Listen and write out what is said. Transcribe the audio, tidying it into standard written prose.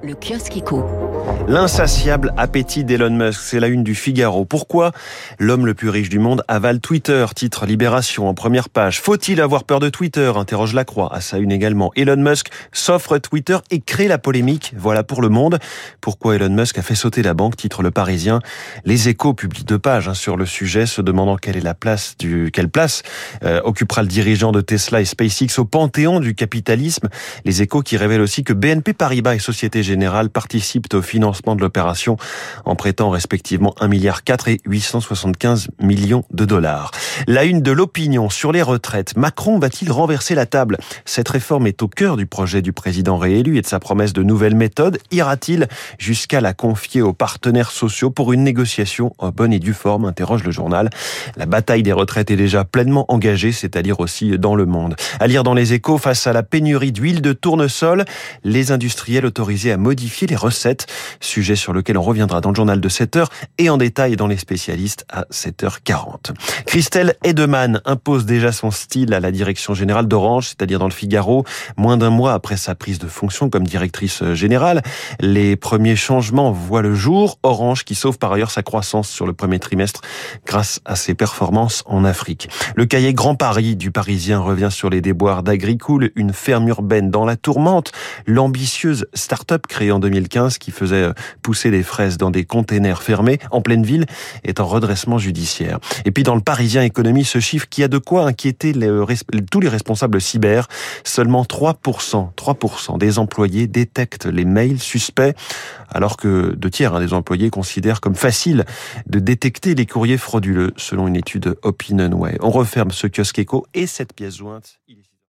Le kiosque éco. L'insatiable appétit d'Elon Musk, c'est la une du Figaro. Pourquoi l'homme le plus riche du monde avale Twitter? Titre Libération en première page. Faut-il avoir peur de Twitter? Interroge La Croix à sa une également. Elon Musk s'offre Twitter et crée la polémique. Voilà pour Le Monde. Pourquoi Elon Musk a fait sauter la banque? Titre Le Parisien. Les Échos publient 2 pages sur le sujet, se demandant quelle place occupera le dirigeant de Tesla et SpaceX au panthéon du capitalisme. Les Échos qui révèlent aussi que BNP Paribas et Société Générale participent au financement de l'opération en prêtant respectivement 1,4 milliard et 875 millions de dollars. La une de l'Opinion sur les retraites. Macron va-t-il renverser la table? Cette réforme est au cœur du projet du président réélu et de sa promesse de nouvelles méthodes. Ira-t-il jusqu'à la confier aux partenaires sociaux pour une négociation en bonne et due forme? Interroge le journal. La bataille des retraites est déjà pleinement engagée, c'est à dire aussi dans Le Monde. À lire dans les Échos, face à la pénurie d'huile de tournesol, les industriels autorisés à modifier les recettes. Sujet sur lequel on reviendra dans le journal de 7h et en détail dans les spécialistes à 7h40. Christelle Heidemann impose déjà son style à la direction générale d'Orange, c'est-à-dire dans le Figaro, moins d'un mois après sa prise de fonction comme directrice générale. Les premiers changements voient le jour. Orange qui sauve par ailleurs sa croissance sur le premier trimestre grâce à ses performances en Afrique. Le cahier Grand Paris du Parisien revient sur les déboires d'Agricool, une ferme urbaine dans la tourmente. L'ambitieuse start-up créée en 2015 qui faisait pousser des fraises dans des containers fermés en pleine ville est en redressement judiciaire. Et puis dans le Parisien Économie, ce chiffre qui a de quoi inquiéter tous les responsables cyber. Seulement 3% des employés détectent les mails suspects, alors que 2 tiers des employés considèrent comme facile de détecter les courriers frauduleux, selon une étude OpinionWay. On referme ce kiosque éco et cette pièce jointe.